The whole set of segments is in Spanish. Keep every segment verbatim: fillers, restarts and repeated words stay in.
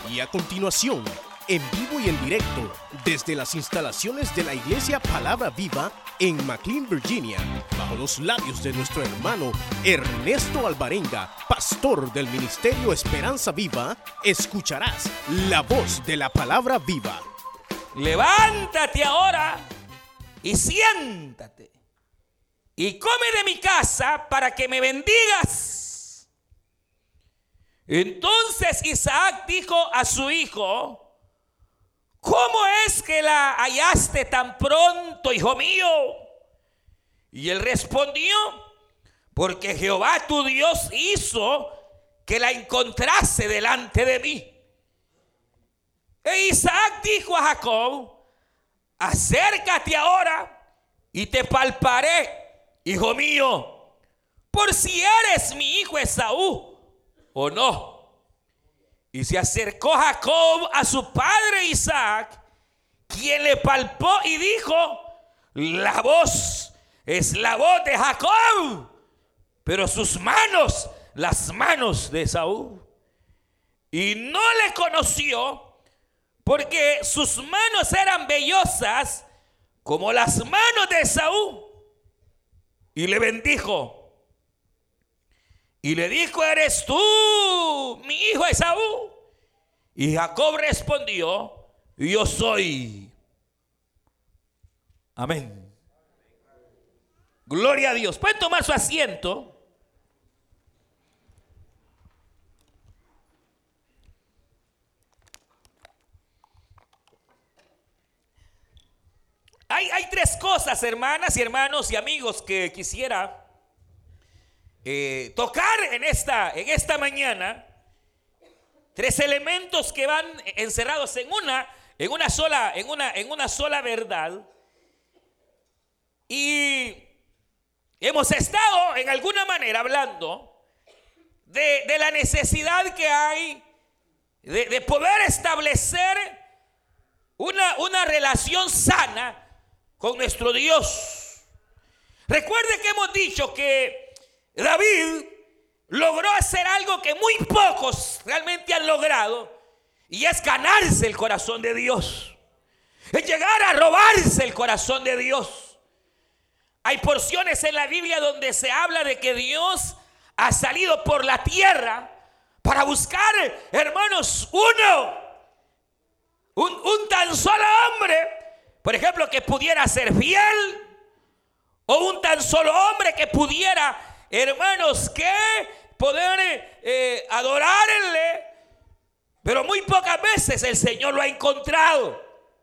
Y a continuación, en vivo y en directo, desde las instalaciones de la Iglesia Palabra Viva en McLean, Virginia, bajo los labios de nuestro hermano Ernesto Alvarenga, pastor del Ministerio Esperanza Viva, escucharás la voz de la Palabra Viva. Levántate ahora y siéntate y come de mi casa para que me bendigas. Entonces Isaac dijo a su hijo: ¿cómo es que la hallaste tan pronto, hijo mío? Y él respondió: porque Jehová tu Dios hizo que la encontrase delante de mí. E Isaac dijo a Jacob: acércate ahora y te palparé, hijo mío, por si eres mi hijo Esaú o no. Y se acercó Jacob a su padre Isaac, quien le palpó y dijo: la voz es la voz de Jacob, pero sus manos, las manos de Esaú. Y no le conoció, porque sus manos eran vellosas como las manos de Esaú. Y le bendijo. Y le dijo: ¿eres tú mi hijo Esaú? Y Jacob respondió: yo soy. Amén. Gloria a Dios. Pueden tomar su asiento. Hay, hay tres cosas, hermanas y hermanos y amigos, que quisiera eh, tocar en esta, en esta mañana. Tres elementos que van encerrados en una, en una sola, en una, en una sola verdad. Y hemos estado en alguna manera hablando de, de la necesidad que hay de, de poder establecer una, una relación sana con nuestro Dios. Recuerde que hemos dicho que David logró hacer algo que muy pocos realmente han logrado, y es ganarse el corazón de Dios, es llegar a robarse el corazón de Dios. Hay porciones en la Biblia donde se habla de que Dios ha salido por la tierra para buscar, hermanos, uno, un, un tan solo hombre, por ejemplo, que pudiera ser fiel, o un tan solo hombre que pudiera, hermanos, que poder eh, adorarle. Pero muy pocas veces el Señor lo ha encontrado.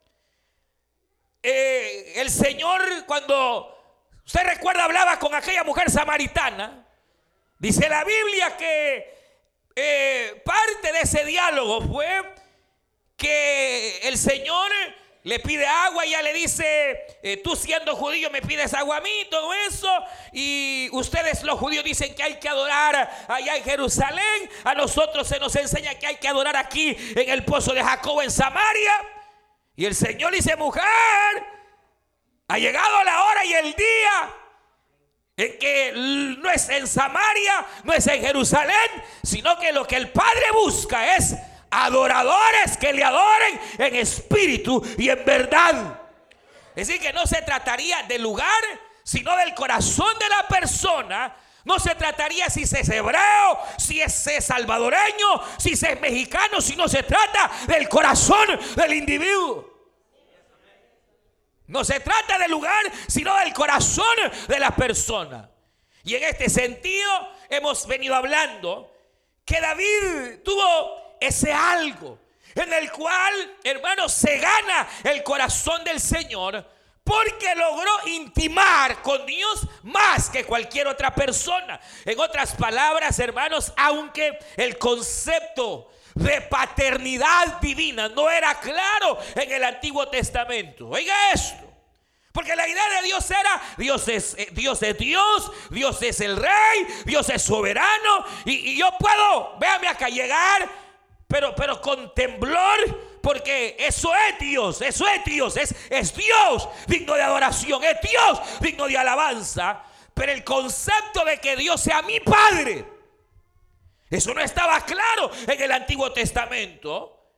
Eh, el Señor, cuando usted recuerda, hablaba con aquella mujer samaritana. Dice la Biblia que eh, parte de ese diálogo fue que el Señor le pide agua y ella le dice: eh, tú siendo judío me pides agua a mí, todo eso. Y ustedes los judíos dicen que hay que adorar allá en Jerusalén. A nosotros se nos enseña que hay que adorar aquí en el pozo de Jacob en Samaria. Y el Señor dice: mujer, ha llegado la hora y el día en que no es en Samaria, no es en Jerusalén, sino que lo que el Padre busca es adoradores que le adoren en espíritu y en verdad. Es decir, que no se trataría del lugar, sino del corazón de la persona. No se trataría si es hebreo, si es salvadoreño, si es mexicano, sino se trata del corazón del individuo. No se trata del lugar, sino del corazón de la persona. Y en este sentido hemos venido hablando que David tuvo ese algo en el cual, hermanos, se gana el corazón del Señor, porque logró intimar con Dios más que cualquier otra persona. En otras palabras, hermanos, aunque el concepto de paternidad divina no era claro en el Antiguo Testamento, oiga esto, porque la idea de Dios era: Dios es, eh, Dios es Dios, Dios es el Rey, Dios es soberano, y, y yo puedo, véame acá, llegar Pero, pero con temblor, porque eso es Dios, eso es Dios, es, es Dios digno de adoración, es Dios digno de alabanza. Pero el concepto de que Dios sea mi Padre, eso no estaba claro en el Antiguo Testamento.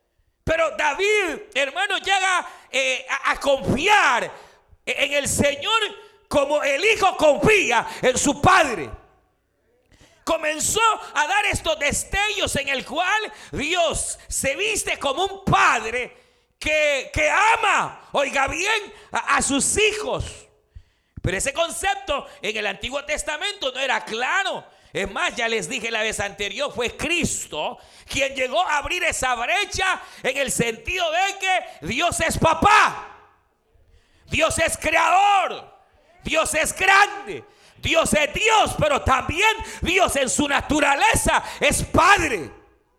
Pero David, hermano, llega eh, a, a confiar en el Señor como el hijo confía en su padre. Comenzó a dar estos destellos en el cual Dios se viste como un padre que, que ama, oiga bien, a, a sus hijos. Pero ese concepto en el Antiguo Testamento no era claro. Es más, ya les dije la vez anterior, fue Cristo quien llegó a abrir esa brecha en el sentido de que Dios es papá, Dios es creador, Dios es grande, Dios es Dios, pero también Dios en su naturaleza es padre.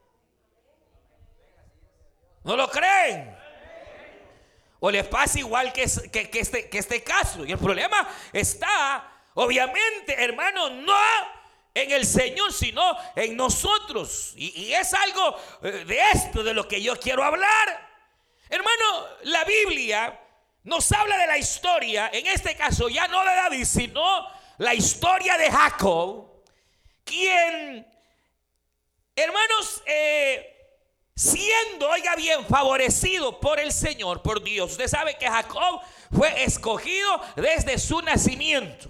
¿No lo creen? O les pasa igual que, que, que, este, que este caso. Y el problema está, obviamente, hermano, no en el Señor, sino en nosotros. Y, y es algo de esto de lo que yo quiero hablar. Hermano, la Biblia nos habla de la historia, en este caso ya no de David, sino la historia de Jacob, quien, hermanos, eh, siendo, oiga bien, favorecido por el Señor, por Dios. Usted sabe que Jacob fue escogido desde su nacimiento.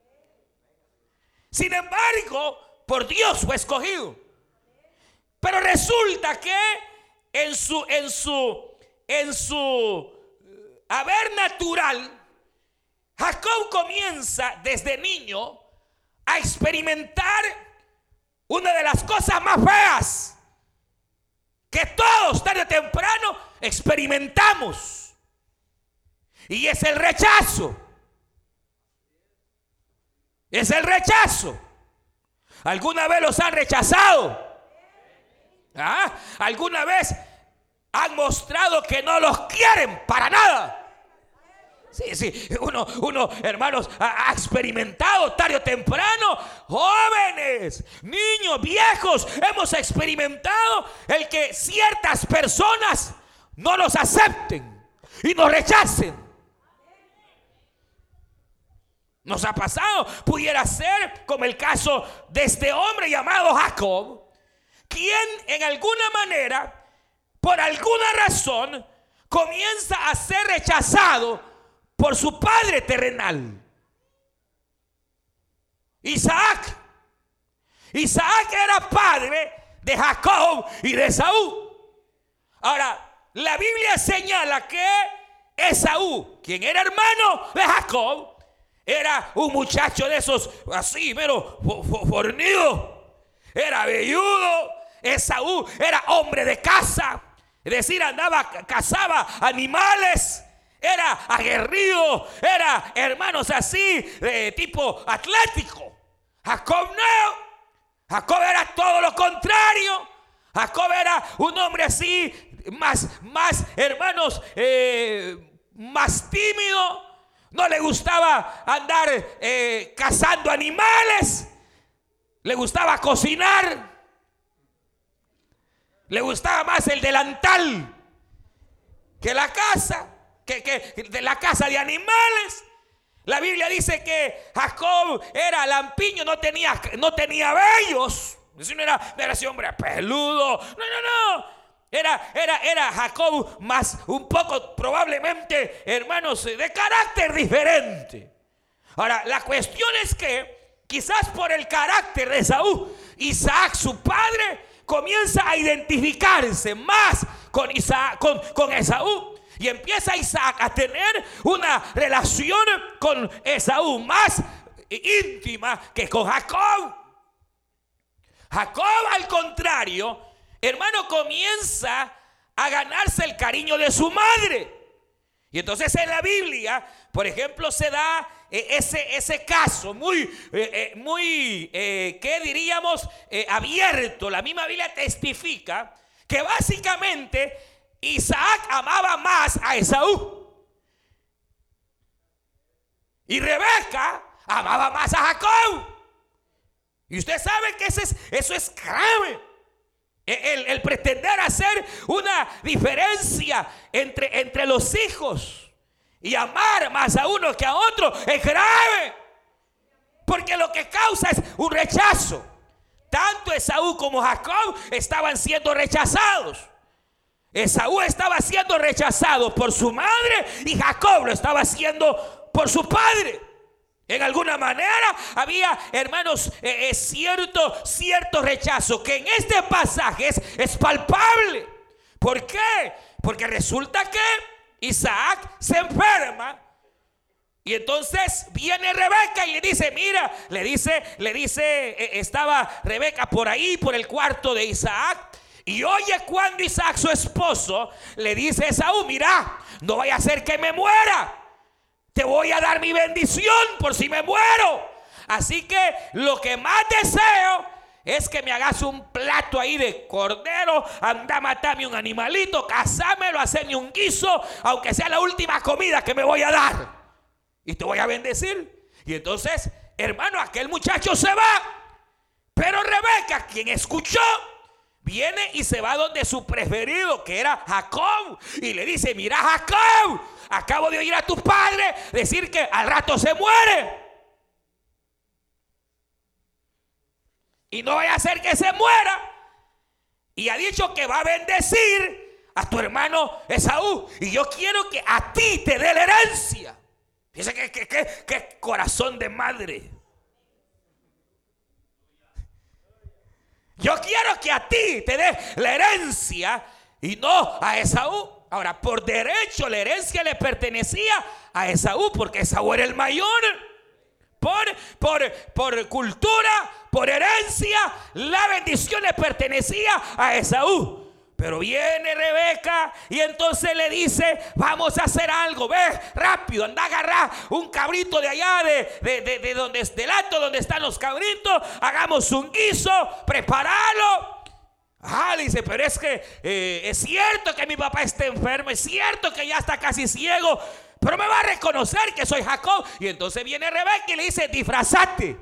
Sin embargo, por Dios fue escogido. Pero resulta que en su, en su, en su haber natural, Jacob comienza desde niño a experimentar una de las cosas más feas que todos tarde o temprano experimentamos, y es el rechazo. Es el rechazo. ¿Alguna vez los han rechazado? ¿Ah? ¿Alguna vez han mostrado que no los quieren para nada? Sí, sí, uno, uno, hermanos, ha, ha experimentado tarde o temprano, jóvenes, niños, viejos, hemos experimentado el que ciertas personas no nos acepten y nos rechacen. Nos ha pasado, pudiera ser como el caso de este hombre llamado Jacob, quien en alguna manera, por alguna razón, comienza a ser rechazado por su padre terrenal, Isaac. Isaac era padre de Jacob y de Esaú. Ahora, la Biblia señala que Esaú, quien era hermano de Jacob, era un muchacho de esos así, pero fornido, era velludo. Esaú era hombre de caza, es decir, andaba, cazaba animales. Era aguerrido, era, hermanos, así, de tipo atlético. Jacob no. Jacob era todo lo contrario. Jacob era un hombre así, más, más, hermanos, eh, más tímido. No le gustaba andar eh, cazando animales. Le gustaba cocinar. Le gustaba más el delantal que la casa. Que, que de la casa de animales. La Biblia dice que Jacob era lampiño, no tenía, no tenía vellos. No era, no era ese hombre peludo. No, no, no. Era, era, era Jacob más un poco, probablemente, hermanos, de carácter diferente. Ahora, la cuestión es que quizás por el carácter de Esaú, Isaac, su padre, comienza a identificarse más con, Isaac, con, con Esaú. Y empieza Isaac a tener una relación con Esaú más íntima que con Jacob. Jacob, al contrario, hermano, comienza a ganarse el cariño de su madre. Y entonces en la Biblia, por ejemplo, se da eh, ese, ese caso muy, eh, eh, muy eh, ¿qué diríamos? Eh, abierto. La misma Biblia testifica que básicamente Isaac amaba más a Esaú y Rebeca amaba más a Jacob. Y usted sabe que eso es, eso es grave. El, el pretender hacer una diferencia entre, entre los hijos y amar más a uno que a otro es grave, porque lo que causa es un rechazo. Tanto Esaú como Jacob estaban siendo rechazados. Esaú estaba siendo rechazado por su madre y Jacob lo estaba haciendo por su padre. En alguna manera había, hermanos, eh, eh, cierto, cierto rechazo que en este pasaje es, es palpable. ¿Por qué? Porque resulta que Isaac se enferma. Y entonces viene Rebeca y le dice, mira, le dice, le dice, eh, estaba Rebeca por ahí, por el cuarto de Isaac. Y oye cuando Isaac, su esposo, le dice a Esaú, mira, no vaya a ser que me muera. Te voy a dar mi bendición por si me muero. Así que lo que más deseo es que me hagas un plato ahí de cordero. Anda, matame un animalito, casámelo, haceme un guiso, aunque sea la última comida que me voy a dar. Y te voy a bendecir. Y entonces, hermano, aquel muchacho se va. Pero Rebeca, quien escuchó, viene y se va donde su preferido, que era Jacob. Y le dice, mira Jacob, acabo de oír a tu padre decir que al rato se muere. Y no vaya a ser que se muera. Y ha dicho que va a bendecir a tu hermano Esaú. Y yo quiero que a ti te dé la herencia. Dice que, que, que, que corazón de madre. Yo quiero que a ti te dé la herencia y no a Esaú. Ahora, por derecho la herencia le pertenecía a Esaú porque Esaú era el mayor. Por, por, por cultura, por herencia, la bendición le pertenecía a Esaú. Pero viene Rebeca y entonces le dice, vamos a hacer algo, ve, rápido, anda a agarrar un cabrito de allá, de, de, de, de donde, del alto donde están los cabritos, hagamos un guiso, prepáralo. Ah, le dice, pero es que eh, es cierto que mi papá está enfermo, es cierto que ya está casi ciego, pero me va a reconocer que soy Jacob. Y entonces viene Rebeca y le dice, disfrazate.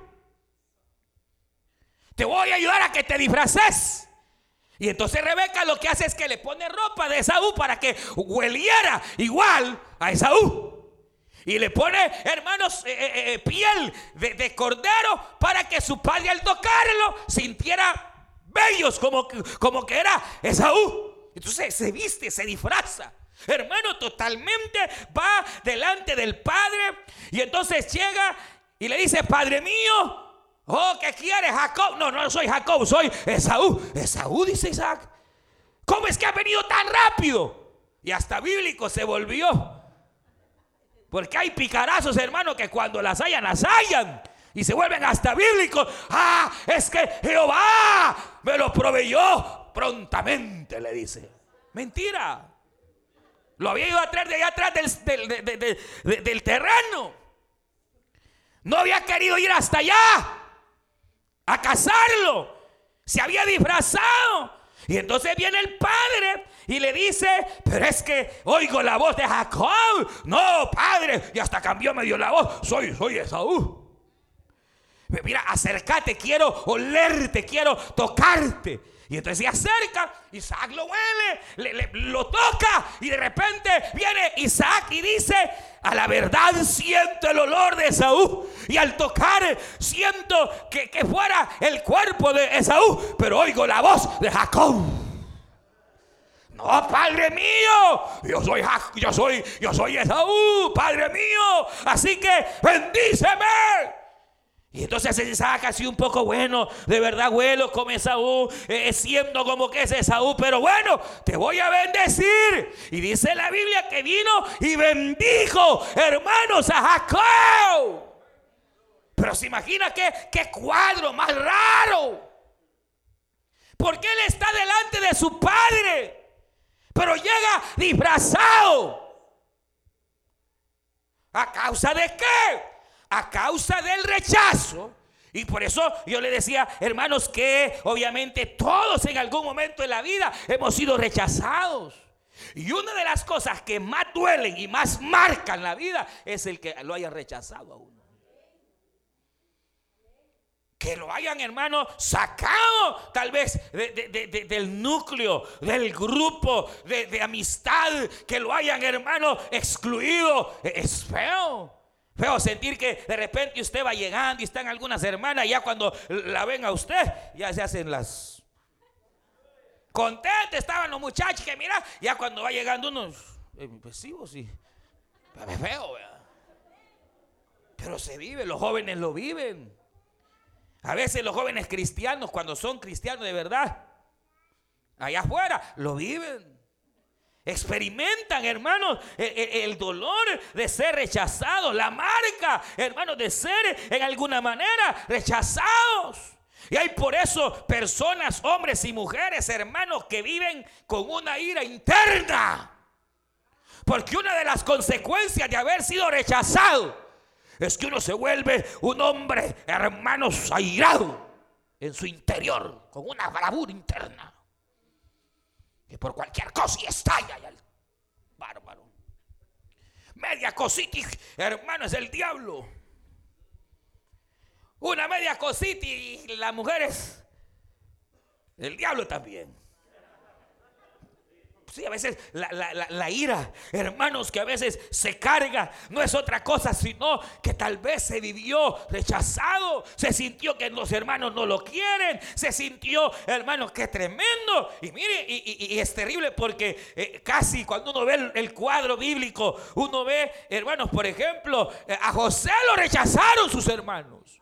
Te voy a ayudar a que te disfraces. Y entonces Rebeca lo que hace es que le pone ropa de Esaú para que hueliera igual a Esaú. Y le pone, hermanos, eh, eh, eh, piel de, de cordero para que su padre al tocarlo sintiera bellos como, como que era Esaú. Entonces se viste, se disfraza. Hermano, totalmente va delante del padre. Y entonces llega y le dice, padre mío, oh, ¿qué quieres, Jacob? No, no soy Jacob, soy Esaú. Esaú, dice Isaac. ¿Cómo es que ha venido tan rápido? Y hasta bíblico se volvió. Porque hay picarazos, hermano, que cuando las hallan, las hallan. Y se vuelven hasta bíblicos. Ah, es que Jehová me lo proveyó prontamente, le dice. Mentira. Lo había ido a traer de allá atrás del, del, del, del, del, del terreno. No había querido ir hasta allá a cazarlo. Se había disfrazado. Y entonces viene el padre y le dice, pero es que oigo la voz de Jacob. No, padre. Y hasta cambió medio la voz. Soy, soy Esaú. Mira, acércate, quiero olerte, quiero tocarte. Y entonces se acerca, Isaac lo huele, le, le, lo toca. Y de repente viene Isaac y dice, a la verdad siento el olor de Esaú. Y al tocar siento que, que fuera el cuerpo de Esaú, pero oigo la voz de Jacob. No, padre mío, yo soy, yo soy, yo soy Esaú, padre mío. Así que bendíceme. Y entonces Isaac así un poco, bueno, de verdad, abuelo, como Esaú, eh, siendo como que es Esaú, pero bueno, te voy a bendecir. Y dice la Biblia que vino y bendijo, hermanos, a Jacob. Pero se imagina qué, qué cuadro más raro. Porque él está delante de su padre, pero llega disfrazado. ¿A causa de qué? A causa del rechazo. Y por eso yo le decía, hermanos, que obviamente todos en algún momento de la vida hemos sido rechazados. Y una de las cosas que más duelen y más marcan la vida es el que lo hayan rechazado a uno. Que lo hayan, hermano, sacado tal vez de, de, de, de, del núcleo, del grupo de, de amistad. Que lo hayan, hermano, excluido. Es feo. Feo sentir que de repente usted va llegando y están algunas hermanas y ya cuando la ven a usted ya se hacen las Contentos estaban los muchachos que mira, ya cuando va llegando unos impresivos y es feo, ¿verdad? Pero se vive, los jóvenes lo viven. A veces los jóvenes cristianos, cuando son cristianos de verdad, allá afuera, lo viven. Experimentan, hermanos, el, el dolor de ser rechazados, la marca, hermanos, de ser en alguna manera rechazados. Y hay por eso personas, hombres y mujeres, hermanos, que viven con una ira interna. Porque una de las consecuencias de haber sido rechazado es que uno se vuelve un hombre, hermanos, airado en su interior, con una bravura interna, que por cualquier cosa y estalla ya el bárbaro. Media cosita, hermano, es el diablo. Una media cosita y las mujeres, el diablo también. Sí, a veces la, la, la, la ira, hermanos, que a veces se carga, no es otra cosa sino que tal vez se vivió rechazado, se sintió que los hermanos no lo quieren, se sintió, hermanos, que tremendo. Y mire, y, y, y es terrible porque eh, casi cuando uno ve el, el cuadro bíblico, uno ve, hermanos, por ejemplo, eh, a José lo rechazaron sus hermanos.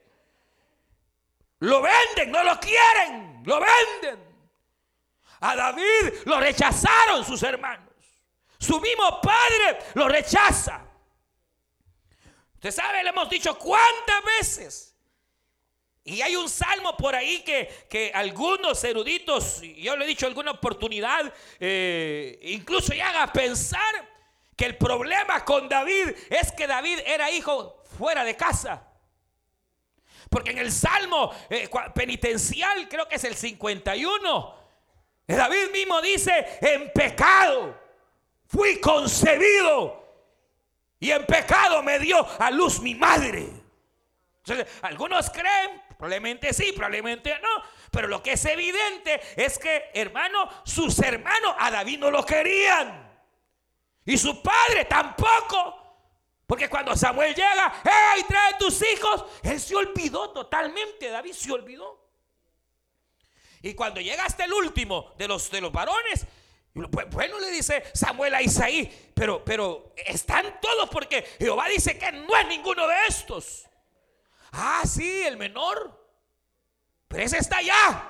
Lo venden, no lo quieren, lo venden. A David lo rechazaron sus hermanos. Su mismo padre lo rechaza. Usted sabe, le hemos dicho cuántas veces. Y hay un salmo por ahí que, que algunos eruditos, yo le he dicho alguna oportunidad, eh, incluso llegan a pensar que el problema con David es que David era hijo fuera de casa. Porque en el salmo eh, penitencial, creo que es el cincuenta y uno, David mismo dice: en pecado fui concebido y en pecado me dio a luz mi madre. Entonces, algunos creen, probablemente sí, probablemente no, pero lo que es evidente es que, hermano, sus hermanos a David no lo querían y su padre tampoco. Porque cuando Samuel llega, ¡hey, trae tus hijos!, él se olvidó totalmente, David se olvidó. Y cuando llega hasta el último de los, de los varones, bueno, le dice Samuel a Isaí, pero, pero están todos, porque Jehová dice que no es ninguno de estos. Ah, sí, el menor, pero ese está allá.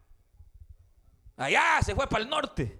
Allá se fue para el norte.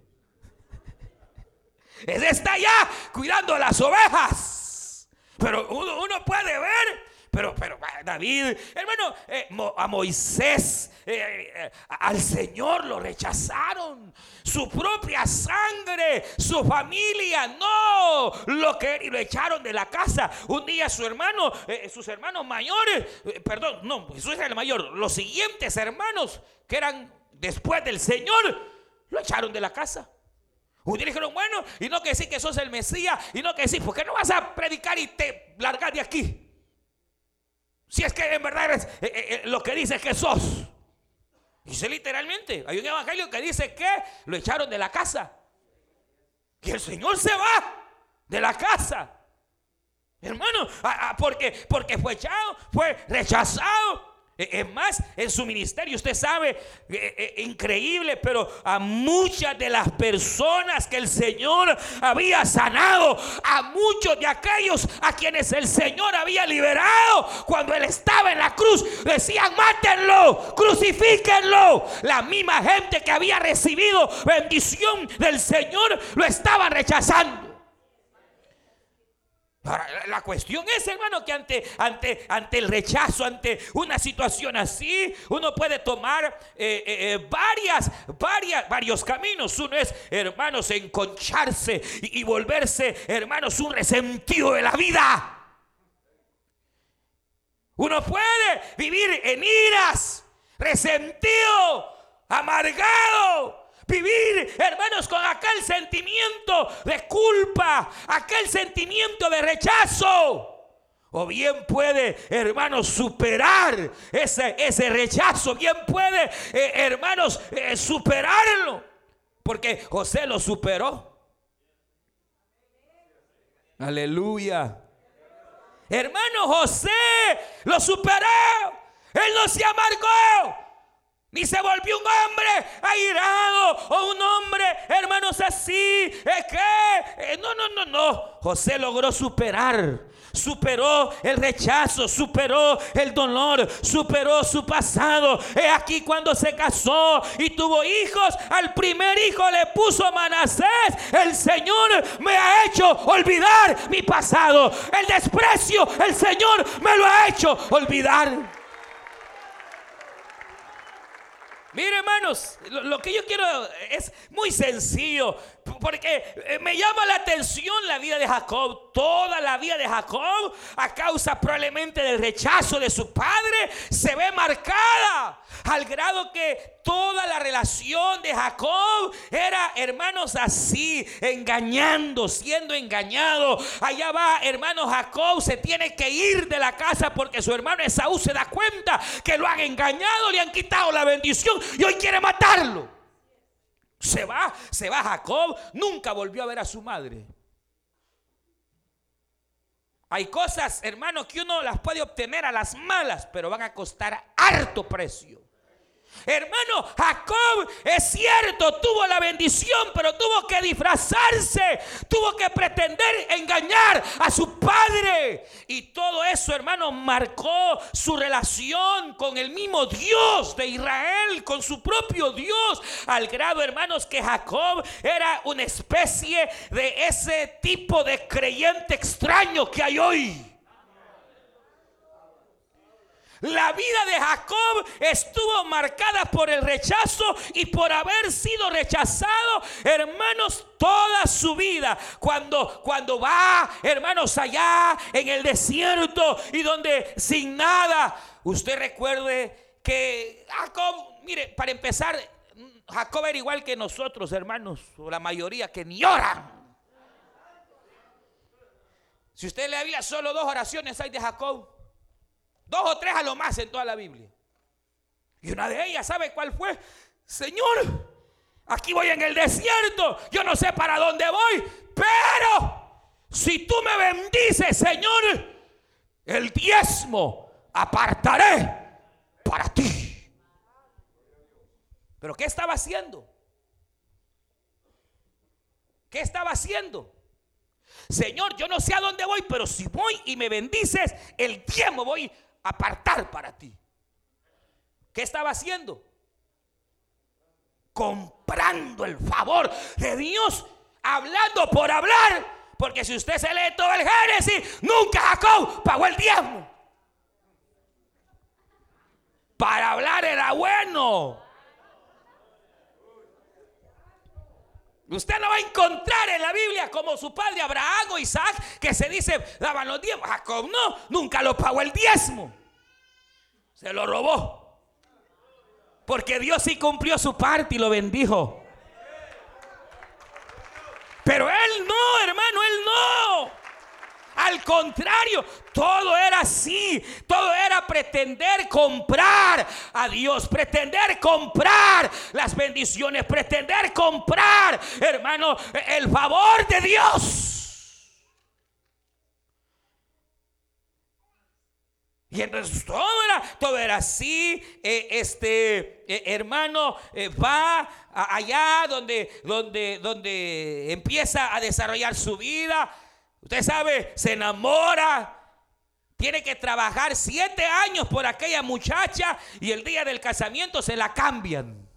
Ese está allá cuidando las ovejas. Pero uno, uno puede ver, pero, pero David, hermano, eh, a Moisés, eh, eh, al Señor lo rechazaron. Su propia sangre, su familia, no lo que lo echaron de la casa. Un día su hermano, eh, sus hermanos mayores, eh, perdón, no, Jesús era el mayor, los siguientes hermanos que eran después del Señor, lo echaron de la casa. Y dijeron, bueno, y no que decir que sos el Mesías, y no que decir, ¿por qué no vas a predicar y te largas de aquí? Si es que en verdad eres eh, eh, lo que dices que sos. Dice literalmente, hay un evangelio que dice que lo echaron de la casa. Que el Señor se va de la casa. Hermano, a, a, porque, porque fue echado, fue rechazado. Es más, en su ministerio, usted sabe, eh, eh, increíble, pero a muchas de las personas que el Señor había sanado, a muchos de aquellos a quienes el Señor había liberado, cuando Él estaba en la cruz, decían, mátenlo, crucifíquenlo. La misma gente que había recibido bendición del Señor lo estaban rechazando. Ahora, la cuestión es, hermano, que ante, ante, ante el rechazo, ante una situación así, uno puede tomar eh, eh, varias, varias, varios caminos. Uno es, hermanos, enconcharse y, y volverse, hermanos, un resentido de la vida. Uno puede vivir en iras, resentido, amargado. Vivir, hermanos, con aquel sentimiento de culpa, aquel sentimiento de rechazo. O bien puede, hermanos, superar ese, ese rechazo. Bien puede, eh, hermanos, eh, superarlo. Porque José lo superó. Aleluya. Hermano, José lo superó. Él no se amargó. Ni se volvió un hombre airado o un hombre, hermanos, así. ¿Eh, ¿Qué? Eh, no, no, no, no. José logró superar. Superó el rechazo, superó el dolor, superó su pasado. He aquí cuando se casó y tuvo hijos, al primer hijo le puso Manasés. El Señor me ha hecho olvidar mi pasado. El desprecio, el Señor me lo ha hecho olvidar. Mire, hermanos, lo, lo que yo quiero es muy sencillo, porque me llama la atención la vida de Jacob. Toda la vida de Jacob, a causa probablemente del rechazo de su padre, se ve marcada al grado que toda la relación de Jacob era, hermanos, así, engañando, siendo engañado. Allá va, hermano, Jacob se tiene que ir de la casa porque su hermano Esaú se da cuenta que lo han engañado, le han quitado la bendición y hoy quiere matarlo. Se va, se va Jacob, nunca volvió a ver a su madre. Hay cosas, hermanos, que uno las puede obtener a las malas, pero van a costar harto precio. Hermano, Jacob, es cierto, tuvo la bendición, pero tuvo que disfrazarse, tuvo que pretender engañar a su padre. Y todo eso, hermano, marcó su relación con el mismo Dios de Israel, con su propio Dios, al grado, hermanos, que Jacob era una especie de ese tipo de creyente extraño que hay hoy. La vida de Jacob estuvo marcada por el rechazo y por haber sido rechazado, hermanos, toda su vida. Cuando, cuando va, hermanos, allá en el desierto y donde sin nada, usted recuerde que Jacob, mire, para empezar, Jacob era igual que nosotros, hermanos, o la mayoría, que ni oran. Si usted le había solo dos oraciones hay de Jacob. Dos o tres a lo más en toda la Biblia. Y una de ellas, ¿sabe cuál fue? Señor, aquí voy en el desierto, yo no sé para dónde voy, pero si tú me bendices, Señor, el diezmo apartaré para ti. ¿Pero qué estaba haciendo? ¿Qué estaba haciendo? Señor, yo no sé a dónde voy, pero si voy y me bendices, el diezmo voy a apartar para ti. ¿Qué estaba haciendo? Comprando el favor de Dios, hablando por hablar. Porque si usted se lee todo el Génesis, nunca Jacob pagó el diezmo. Para hablar era bueno. Usted no va a encontrar en la Biblia como su padre Abraham o Isaac, que se dice daban los diezmos. Jacob no, nunca lo pagó el diezmo. Se lo robó. Porque Dios sí cumplió su parte y lo bendijo. Pero él no, hermano, él no. Al contrario, todo era así. Todo era pretender comprar a Dios, pretender comprar las bendiciones, pretender comprar, hermano, el favor de Dios. Y entonces todo era, todo era así. eh, Este eh, hermano eh, va a, allá donde, donde, donde empieza a desarrollar su vida. Usted sabe, se enamora, tiene que trabajar siete años por aquella muchacha y el día del casamiento se la cambian.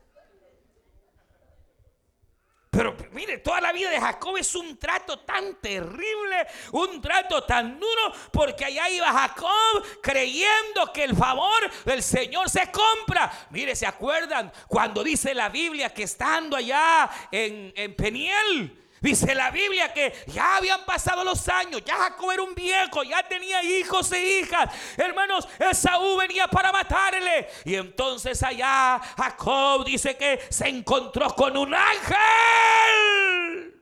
Pero mire, toda la vida de Jacob es un trato tan terrible, un trato tan duro, porque allá iba Jacob creyendo que el favor del Señor se compra. Mire, ¿se acuerdan cuando dice la Biblia que estando allá en, en Peniel? Dice la Biblia que ya habían pasado los años, ya Jacob era un viejo, ya tenía hijos e hijas. Hermanos, Esaú venía para matarle. Y entonces allá Jacob dice que se encontró con un ángel.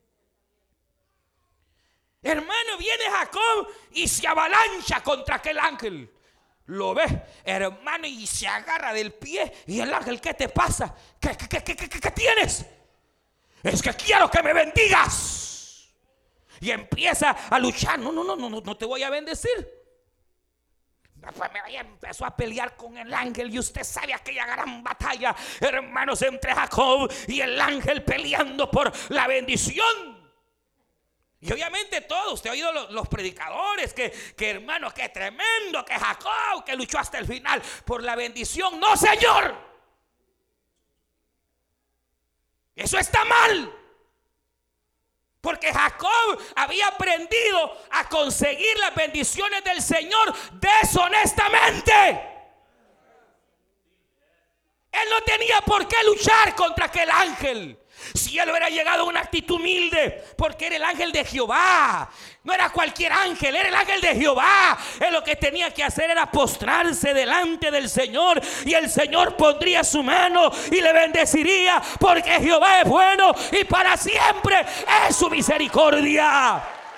Hermano, viene Jacob y se avalancha contra aquel ángel. Lo ve, hermano, y se agarra del pie. Y el ángel, ¿qué te pasa? ¿Qué, qué, qué, qué, qué, qué tienes? Es que quiero que me bendigas. Y empieza a luchar. No, no, no, no, no te voy a bendecir. Después me empezó a pelear con el ángel. Y usted sabe aquella gran batalla, hermanos, entre Jacob y el ángel peleando por la bendición. Y obviamente todo, usted ha oído los, los predicadores que, que hermanos, que tremendo, que Jacob, que luchó hasta el final por la bendición. No, señor, eso está mal. Porque Jacob había aprendido a conseguir las bendiciones del Señor deshonestamente. Él no tenía por qué luchar contra aquel ángel. Si él hubiera llegado a una actitud humilde, porque era el ángel de Jehová, no era cualquier ángel, era el ángel de Jehová. Él lo que tenía que hacer era postrarse delante del Señor, y el Señor pondría su mano y le bendeciría, porque Jehová es bueno y para siempre es su misericordia.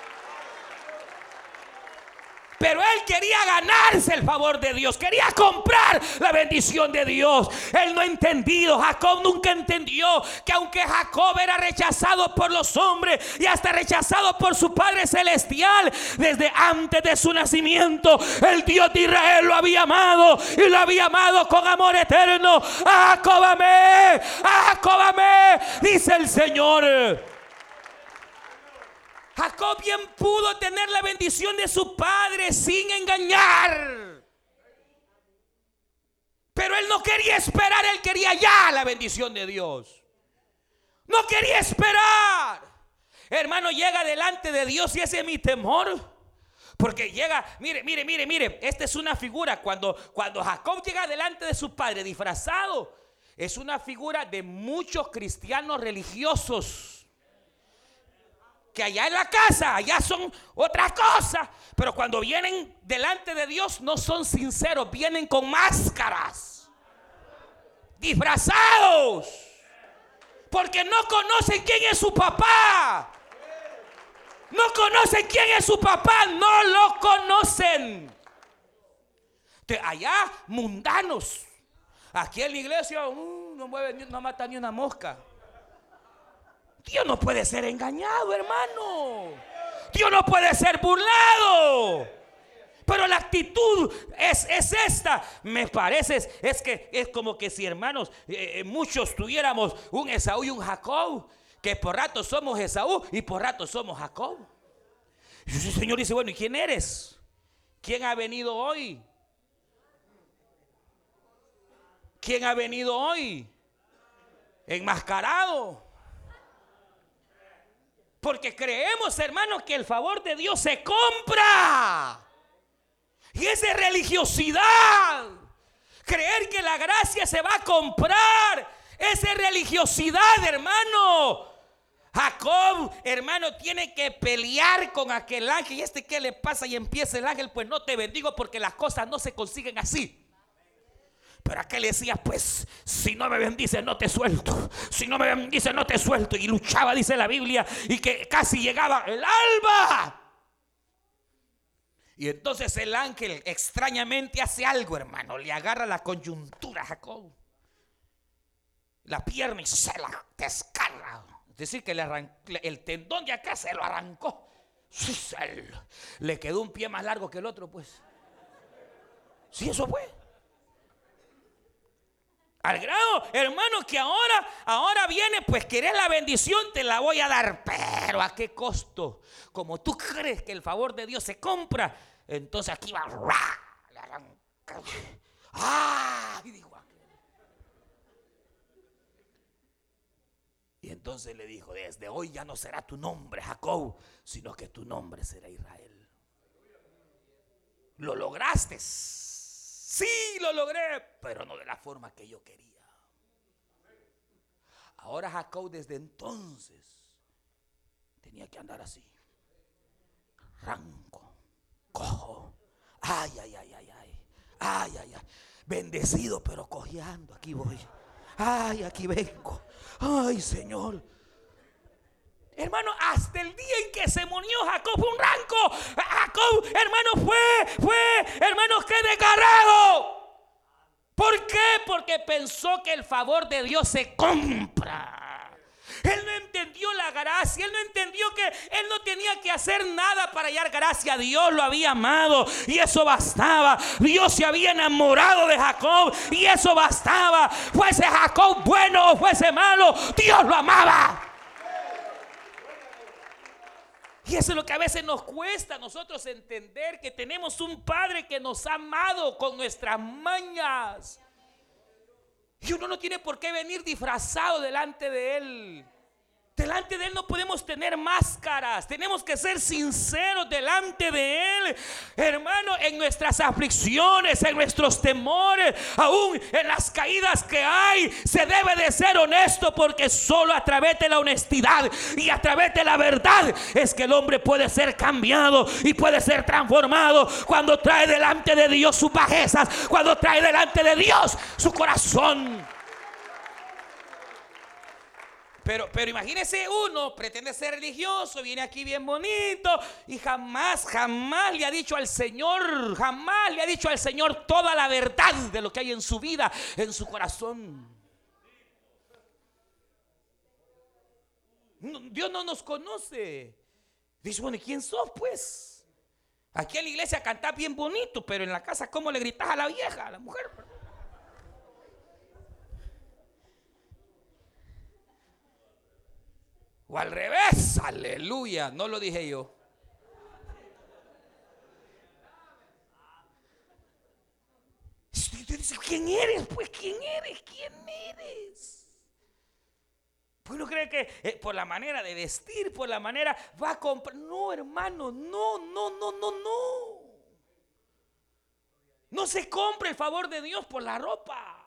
Pero él quería ganarse el favor de Dios, quería comprar la bendición de Dios. Él no ha entendido, Jacob nunca entendió que aunque Jacob era rechazado por los hombres y hasta rechazado por su Padre Celestial, desde antes de su nacimiento, el Dios de Israel lo había amado y lo había amado con amor eterno. ¡Ah, Jacob amé! ¡Ah, Jacob amé! Dice el Señor. Jacob bien pudo tener la bendición de su padre sin engañar. Pero él no quería esperar, él quería ya la bendición de Dios. No quería esperar. Hermano, llega delante de Dios y ese es mi temor. Porque llega, mire, mire, mire, mire, esta es una figura. Cuando, cuando Jacob llega delante de su padre disfrazado, es una figura de muchos cristianos religiosos. Que allá en la casa, allá son otra cosa. Pero cuando vienen delante de Dios no son sinceros, vienen con máscaras, disfrazados, porque no conocen quién es su papá. No conocen quién es su papá, no lo conocen. De allá mundanos. Aquí en la iglesia uh, no mueve, no mata ni una mosca. Dios no puede ser engañado, hermano. Dios no puede ser burlado. Pero la actitud es, es esta. Me parece, es que es como que si, hermanos, eh, muchos tuviéramos un Esaú y un Jacob, que por rato somos Esaú y por rato somos Jacob. Y el Señor dice, bueno, ¿y quién eres? ¿Quién ha venido hoy? ¿Quién ha venido hoy? Enmascarado. Porque creemos, hermanos, que el favor de Dios se compra. Y esa es religiosidad. Creer que la gracia se va a comprar. Esa es religiosidad, hermano. Jacob, hermano, tiene que pelear con aquel ángel. ¿Y este qué le pasa? Y empieza el ángel, pues no te bendigo porque las cosas no se consiguen así. Pero aquel le decía, pues si no me bendices no te suelto. Si no me bendices no te suelto. Y luchaba, dice la Biblia, y que casi llegaba el alba. Y entonces el ángel extrañamente hace algo, hermano. Le agarra la coyuntura a Jacob, la pierna, y se la descarga. Es decir, que le arrancó, el tendón de acá se lo arrancó. Le quedó un pie más largo que el otro, pues. Sí, eso fue. Al grado, hermano, que ahora, ahora viene, pues querés la bendición, te la voy a dar. Pero ¿a qué costo? Como tú crees que el favor de Dios se compra, entonces aquí va. Le arranca. ¡Ah! Y dijo, y entonces le dijo, desde hoy ya no será tu nombre Jacob, sino que tu nombre será Israel. Lo lograste. Sí, lo logré, pero no de la forma que yo quería. Ahora Jacob desde entonces tenía que andar así, ranco, cojo, ay, ay, ay, ay, ay, ay, ay, ay, bendecido pero cojeando, aquí voy, ay, aquí vengo, ay, Señor. Hermano, hasta el día en que se murió Jacob fue un ranco. Jacob, hermano, fue, fue, hermano, que desgarrado. ¿Por qué? Porque pensó que el favor de Dios se compra. Él no entendió la la gracia. Él no entendió que él no tenía que hacer nada para hallar gracia. Dios lo había amado y eso bastaba. Dios se había enamorado de Jacob y eso bastaba. Fuese Jacob bueno o fuese malo, Dios lo amaba. Y eso es lo que a veces nos cuesta a nosotros entender, que tenemos un Padre que nos ha amado con nuestras mañas. Y uno no tiene por qué venir disfrazado delante de Él. Delante de Él no podemos tener máscaras. Tenemos que ser sinceros delante de Él. Hermano, en nuestras aflicciones, en nuestros temores, aún en las caídas que hay, se debe de ser honesto, porque solo a través de la honestidad y a través de la verdad es que el hombre puede ser cambiado y puede ser transformado. Cuando trae delante de Dios sus bajezas, cuando trae delante de Dios su corazón. Pero, pero imagínese, uno pretende ser religioso, viene aquí bien bonito y jamás, jamás le ha dicho al Señor, jamás le ha dicho al Señor toda la verdad de lo que hay en su vida, en su corazón. No, Dios no nos conoce. Dice, bueno, ¿y quién sos pues? Aquí en la iglesia cantás bien bonito, pero en la casa ¿cómo le gritás a la vieja, a la mujer? O al revés, aleluya, no lo dije yo. ¿Quién eres? Pues ¿quién eres? ¿Quién eres? Pues uno cree que eh, por la manera de vestir, por la manera va a comprar. No, hermano, no, no, no, no, no. No se compra el favor de Dios por la ropa.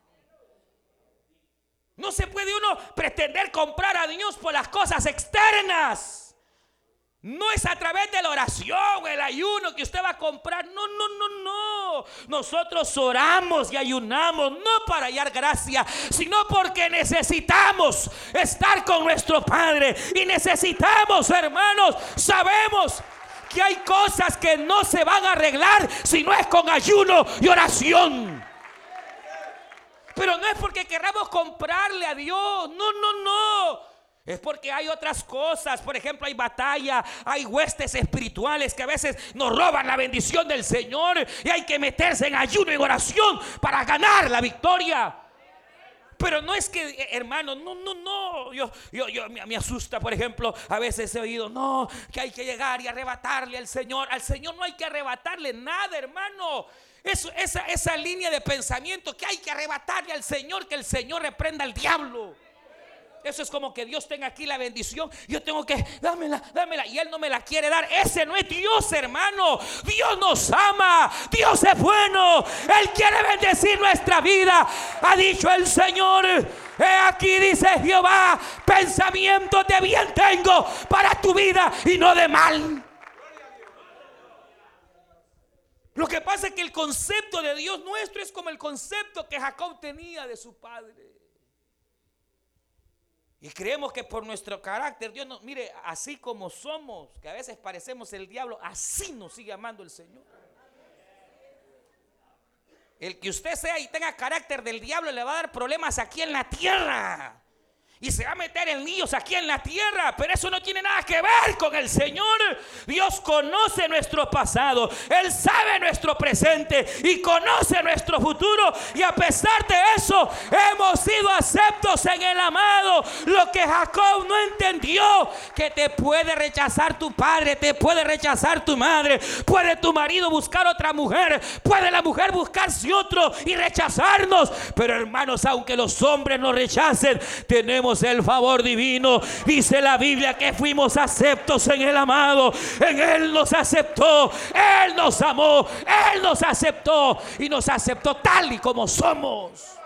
No se puede uno pretender comprar a Dios por las cosas externas. No es a través de la oración o el ayuno que usted va a comprar. No, no, no, no. Nosotros oramos y ayunamos no para hallar gracia, sino porque necesitamos estar con nuestro Padre. Y necesitamos, hermanos, sabemos que hay cosas que no se van a arreglar si no es con ayuno y oración. Pero no es porque queramos comprarle a Dios, no, no, no. Es porque hay otras cosas. Por ejemplo, hay batalla, hay huestes espirituales que a veces nos roban la bendición del Señor, y hay que meterse en ayuno y oración para ganar la victoria. Pero no es que, hermano, no, no, no. Yo, yo, yo me, me asusta, por ejemplo, a veces he oído, no, que hay que llegar y arrebatarle al Señor. Al Señor no hay que arrebatarle nada, hermano. Eso, esa, esa línea de pensamiento que hay que arrebatarle al Señor, que el Señor reprenda al diablo. Eso es como que Dios tenga aquí la bendición, yo tengo que, dámela, dámela, y Él no me la quiere dar. Ese no es Dios, hermano. Dios nos ama, Dios es bueno, Él quiere bendecir nuestra vida. Ha dicho el Señor, he aquí dice Jehová, pensamientos de bien tengo para tu vida y no de mal. Lo que pasa es que el concepto de Dios nuestro es como el concepto que Jacob tenía de su padre. Y creemos que por nuestro carácter Dios nos, mire, así como somos, que a veces parecemos el diablo, así nos sigue amando el Señor. El que usted sea y tenga carácter del diablo le va a dar problemas aquí en la tierra. Y se va a meter en líos aquí en la tierra. Pero eso no tiene nada que ver con el Señor. Dios conoce nuestro pasado, Él sabe nuestro presente y conoce nuestro futuro. Y a pesar de eso hemos sido aceptos en el amado. Lo que Jacob no entendió, que te puede rechazar tu padre, te puede rechazar tu madre, puede tu marido buscar otra mujer, puede la mujer buscarse otro y rechazarnos. Pero hermanos, aunque los hombres nos rechacen, tenemos el favor divino. Dice la Biblia que fuimos aceptos en el amado. En Él nos aceptó, Él nos amó, Él nos aceptó y nos aceptó tal y como somos.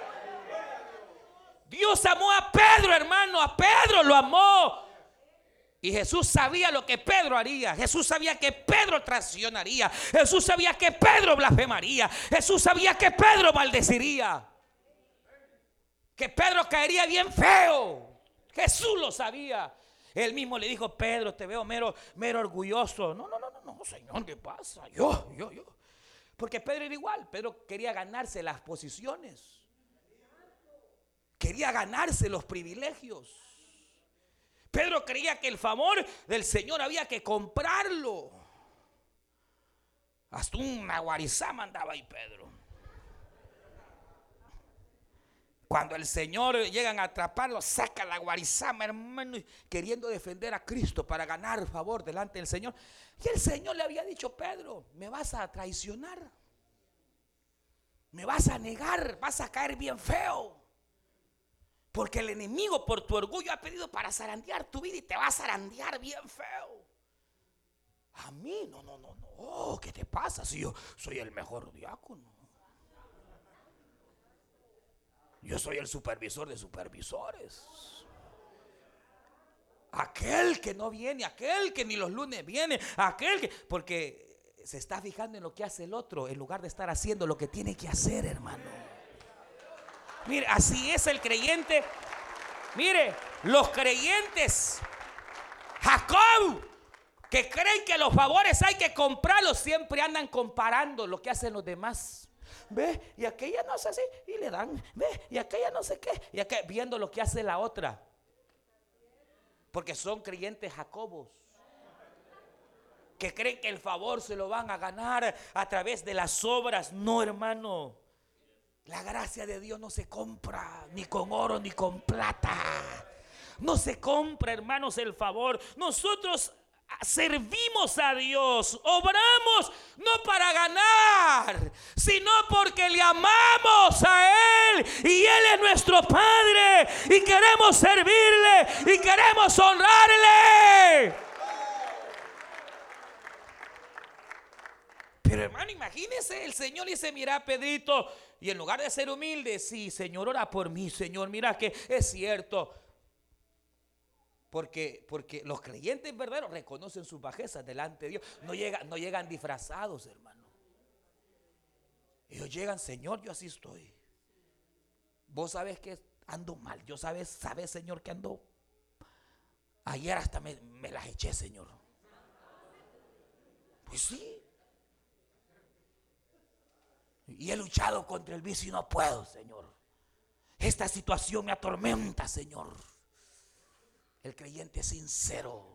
Dios amó a Pedro, hermano, a Pedro lo amó. Y Jesús sabía lo que Pedro haría. Jesús sabía que Pedro traicionaría. Jesús sabía que Pedro blasfemaría. Jesús sabía que Pedro maldeciría, que Pedro caería bien feo. Jesús lo sabía. Él mismo le dijo, Pedro, te veo mero, mero orgulloso. No, no, no, no, no, Señor, ¿qué pasa? Yo, yo, yo. Porque Pedro era igual. Pedro quería ganarse las posiciones, quería ganarse los privilegios. Pedro creía que el favor del Señor había que comprarlo. Hasta una guarizama andaba ahí Pedro. Cuando el Señor llegan a atraparlo, saca la guarizama, hermano, queriendo defender a Cristo para ganar favor delante del Señor. Y el Señor le había dicho: Pedro, me vas a traicionar, me vas a negar, vas a caer bien feo. Porque el enemigo por tu orgullo ha pedido para zarandear tu vida y te va a zarandear bien feo. A mí, no, no, no, no. Oh, ¿qué te pasa si yo soy el mejor diácono? Yo soy el supervisor de supervisores. Aquel que no viene, aquel que ni los lunes viene, aquel que... Porque se está fijando en lo que hace el otro en lugar de estar haciendo lo que tiene que hacer, hermano. Mire, así es el creyente. Mire, los creyentes Jacob, que creen que los favores hay que comprarlos, siempre andan comparando lo que hacen los demás. Ve, y aquella no sé así, y le dan, ve, y aquella no sé qué, y aquella, viendo lo que hace la otra. Porque son creyentes jacobos, que creen que el favor se lo van a ganar a través de las obras. No, hermano. La gracia de Dios no se compra ni con oro ni con plata. No se compra, hermanos, el favor. Nosotros servimos a Dios, obramos no para ganar, sino porque le amamos a Él y Él es nuestro Padre y queremos servirle y queremos honrarle. Pero hermano, imagínese, el Señor le dice: mira, Pedrito, y en lugar de ser humilde, sí, Señor, ora por mí, Señor, mira que es cierto. Porque, porque los creyentes verdaderos reconocen sus bajezas delante de Dios. No llegan, no llegan disfrazados, hermano. Ellos llegan: Señor, yo así estoy. Vos sabés que ando mal. Yo sabes, sabes, Señor, que ando. Ayer hasta me, me las eché, Señor. Pues sí. Y he luchado contra el vicio y no puedo, Señor. Esta situación me atormenta, Señor. El creyente es sincero.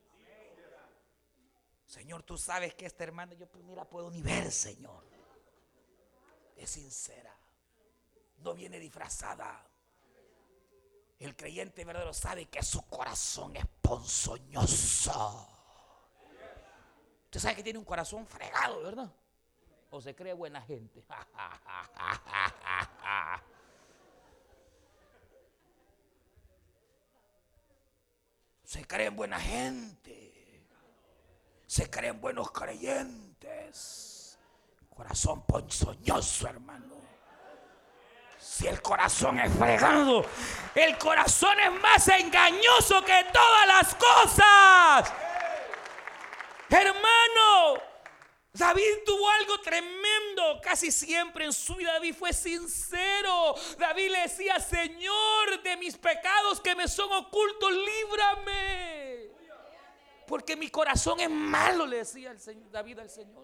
Señor, tú sabes que esta hermana yo ni la puedo ni ver, Señor. Es sincera. No viene disfrazada. El creyente verdadero sabe que su corazón es ponzoñoso. Usted sabe que tiene un corazón fregado, ¿verdad? O se cree buena gente. Se creen buena gente. Se creen buenos creyentes. Corazón ponzoñoso, hermano. Si el corazón es fregado, el corazón es más engañoso que todas las cosas. Hermano, David tuvo algo tremendo. Casi siempre en su vida David fue sincero. David le decía: Señor, de mis pecados que me son ocultos, líbrame. Porque mi corazón es malo, le decía el Señor, David al Señor.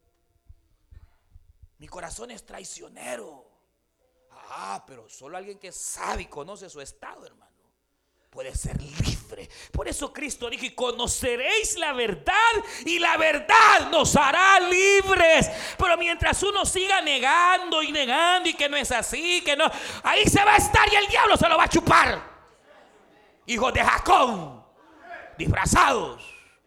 Mi corazón es traicionero. Ah, pero solo alguien que sabe y conoce su estado, hermano, puede ser libre. Por eso Cristo dijo: y conoceréis la verdad y la verdad nos hará libres. Pero mientras uno siga negando y negando y que no es así, que no, ahí se va a estar y el diablo se lo va a chupar. Hijos de Jacob, disfrazados.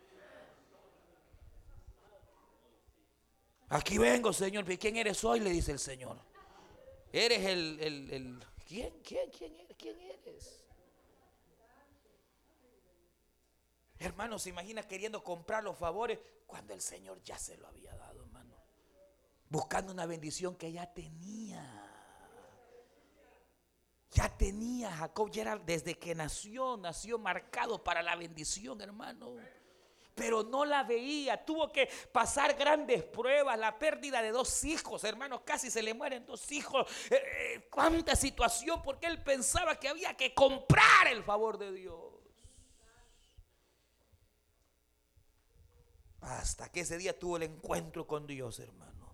Aquí vengo, Señor. ¿Quién eres hoy?, le dice el Señor. Eres el, el, el ¿quién, quién, quién eres? ¿Quién eres? Hermano, se imagina queriendo comprar los favores cuando el Señor ya se lo había dado, hermano. Buscando una bendición que ya tenía. Ya tenía Jacob, ya era desde que nació, nació marcado para la bendición, hermano. Pero no la veía, tuvo que pasar grandes pruebas, la pérdida de dos hijos, hermanos, casi se le mueren dos hijos. Eh, eh, cuánta situación, porque él pensaba que había que comprar el favor de Dios. Hasta que ese día tuvo el encuentro con Dios, hermano.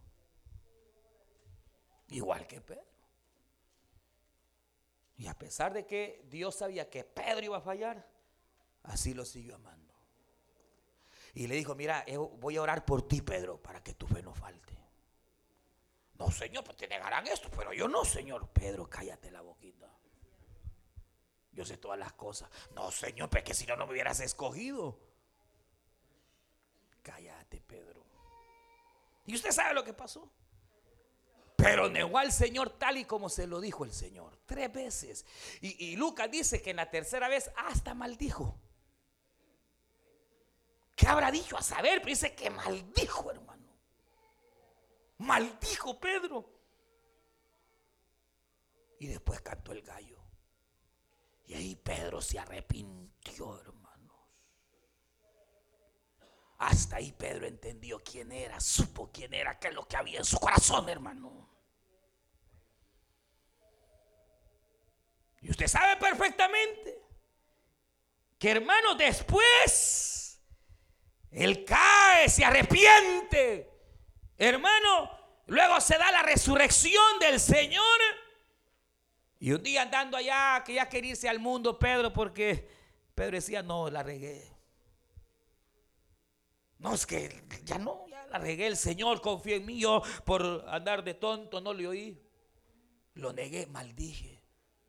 Igual que Pedro. Y a pesar de que Dios sabía que Pedro iba a fallar, así lo siguió amando. Y le dijo, mira, voy a orar por ti, Pedro, para que tu fe no falte. No, Señor, pues te negarán esto, pero yo no, Señor. Pedro, cállate la boquita. Yo sé todas las cosas. No, Señor, pues que si no, no me hubieras escogido. Cállate, Pedro. ¿Y usted sabe lo que pasó? Pero negó al Señor tal y como se lo dijo el Señor. Tres veces. Y, y Lucas dice que en la tercera vez hasta maldijo. ¿Qué habrá dicho? A saber, pero dice que maldijo, hermano. Maldijo Pedro. Y después cantó el gallo. Y ahí Pedro se arrepintió, hermanos. Hasta ahí Pedro entendió quién era, supo quién era, qué es lo que había en su corazón, hermano. Y usted sabe perfectamente que, hermano, después él cae, se arrepiente, hermano. Luego se da la resurrección del Señor. Y un día andando allá, que ya quería irse al mundo Pedro, porque Pedro decía, no, la regué. No, es que ya no, ya la regué. El Señor confía en mí. Yo por andar de tonto no le oí. Lo negué, maldije.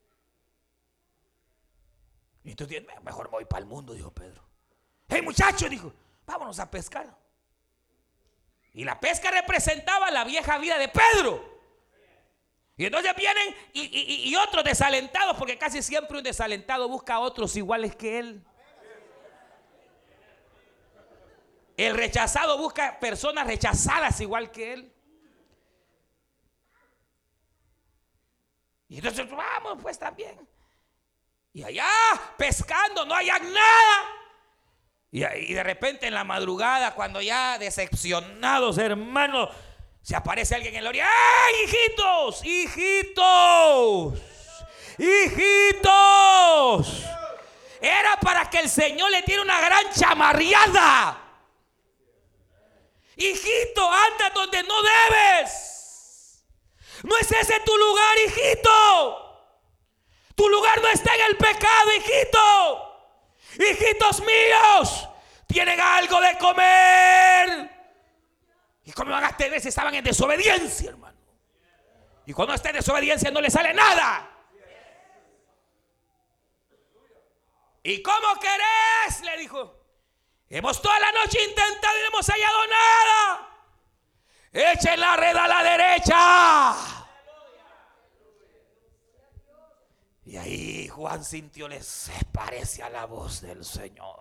Y entonces, mejor me voy para el mundo, dijo Pedro. Hey, muchacho, dijo, vámonos a pescar. Y la pesca representaba la vieja vida de Pedro. Y entonces vienen y, y, y otros desalentados, porque casi siempre un desalentado busca a otros iguales que él. El rechazado busca personas rechazadas igual que él. Y entonces vamos pues también. Y allá pescando no hayan nada. Y, y de repente en la madrugada, cuando ya decepcionados, hermanos, se aparece alguien en la orilla. ¡Ay, hijitos! ¡Hijitos! ¡Hijitos! Era para que el Señor le diera una gran chamarreada. Hijito, anda donde no debes. No es ese tu lugar, hijito. Tu lugar no está en el pecado, hijito. Hijitos míos, tienen algo de comer. ¿Y cómo van a tener si estaban en desobediencia, hermano? Y cuando está en desobediencia no le sale nada. ¿Y cómo querés? Le dijo. Hemos toda la noche intentado y no hemos hallado nada. Echen la red a la derecha. Y ahí Juan sintió, le se parece a la voz del Señor.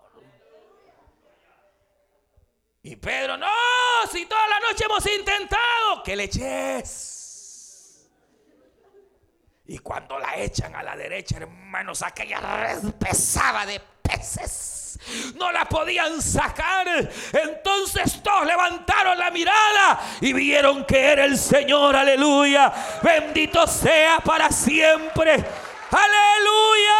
Y Pedro, no, si toda la noche hemos intentado, que le eches. Y cuando la echan a la derecha, hermanos, aquella red pesada de peces, no la podían sacar. Entonces todos levantaron la mirada y vieron que era el Señor. Aleluya, bendito sea para siempre. Aleluya.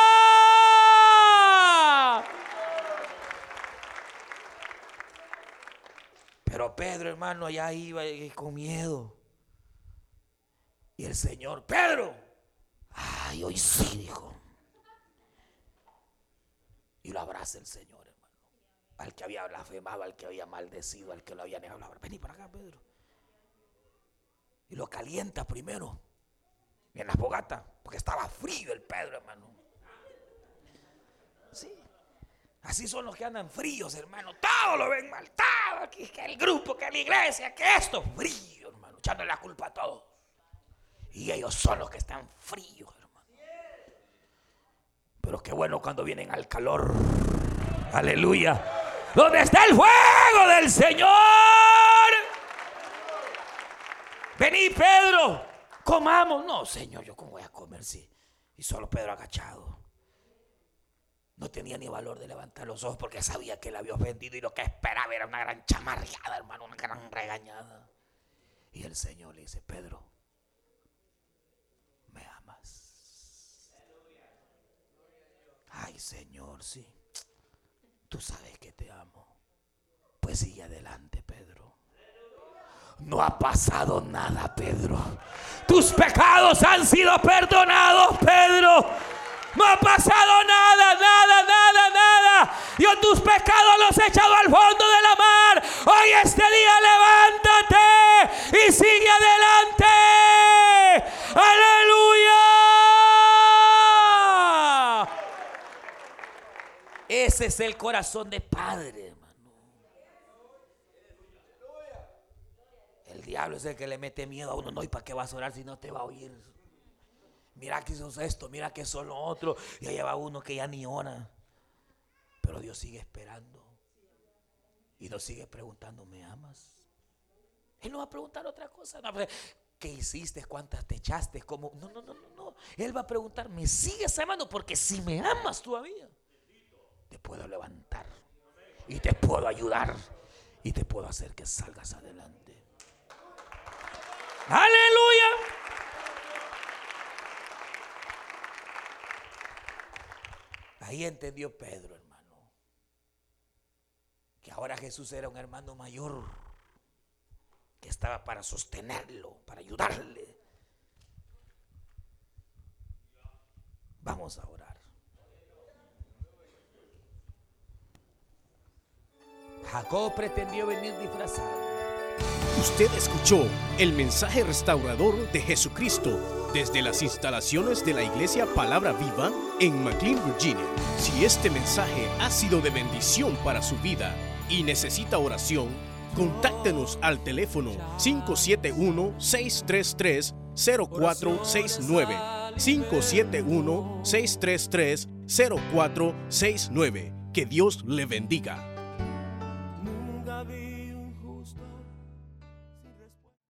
Pero Pedro, hermano, allá iba con miedo. Y el Señor, Pedro, ay, hoy sí, dijo. Y lo abraza el Señor, hermano. Al que había blasfemado, al que había maldecido, al que lo había negado. Vení para acá, Pedro. Y lo calienta primero en la fogata, porque estaba frío el Pedro, hermano. Sí. Así son los que andan fríos, hermano. Todos lo ven mal. Todo aquí, que el grupo, que la iglesia, que esto. Frío, hermano. Echándole la culpa a todos. Y ellos son los que están fríos, hermano. Pero qué bueno cuando vienen al calor. Aleluya. Donde está el fuego del Señor. Vení, Pedro, comamos. No, Señor, yo cómo voy a comer si y solo Pedro agachado. No tenía ni valor de levantar los ojos porque sabía que él había ofendido y lo que esperaba era una gran chamarreada, hermano, una gran regañada. Y el Señor le dice, Pedro, ¿me amas? Ay, Señor, sí. Tú sabes que te amo. Pues sigue adelante, Pedro. No ha pasado nada, Pedro. Tus pecados han sido perdonados, Pedro. No ha pasado nada, nada, nada, nada. Ese es el corazón de padre, hermano. El diablo es el que le mete miedo a uno. No, ¿y para qué vas a orar si no te va a oír? Mira que eso es esto, mira que eso es lo otro. Y allá va uno que ya ni ora. Pero Dios sigue esperando. Y nos sigue preguntando, ¿me amas? Él no va a preguntar otra cosa. No, ¿qué hiciste? ¿Cuántas te echaste? ¿Cómo? No, no, no, no, no. Él va a preguntar, ¿me sigues amando? Porque si me amas todavía, te puedo levantar y te puedo ayudar y te puedo hacer que salgas adelante. ¡Aleluya! Ahí entendió Pedro, hermano, que ahora Jesús era un hermano mayor que estaba para sostenerlo, para ayudarle. Vamos a orar. Jacob pretendió venir disfrazado. Usted escuchó el mensaje restaurador de Jesucristo desde las instalaciones de la Iglesia Palabra Viva en McLean, Virginia. Si este mensaje ha sido de bendición para su vida y necesita oración, contáctenos al teléfono cinco siete uno, seis tres tres, cero cuatro seis nueve, cinco siete uno, seis tres tres, cero cuatro seis nueve. Que Dios le bendiga.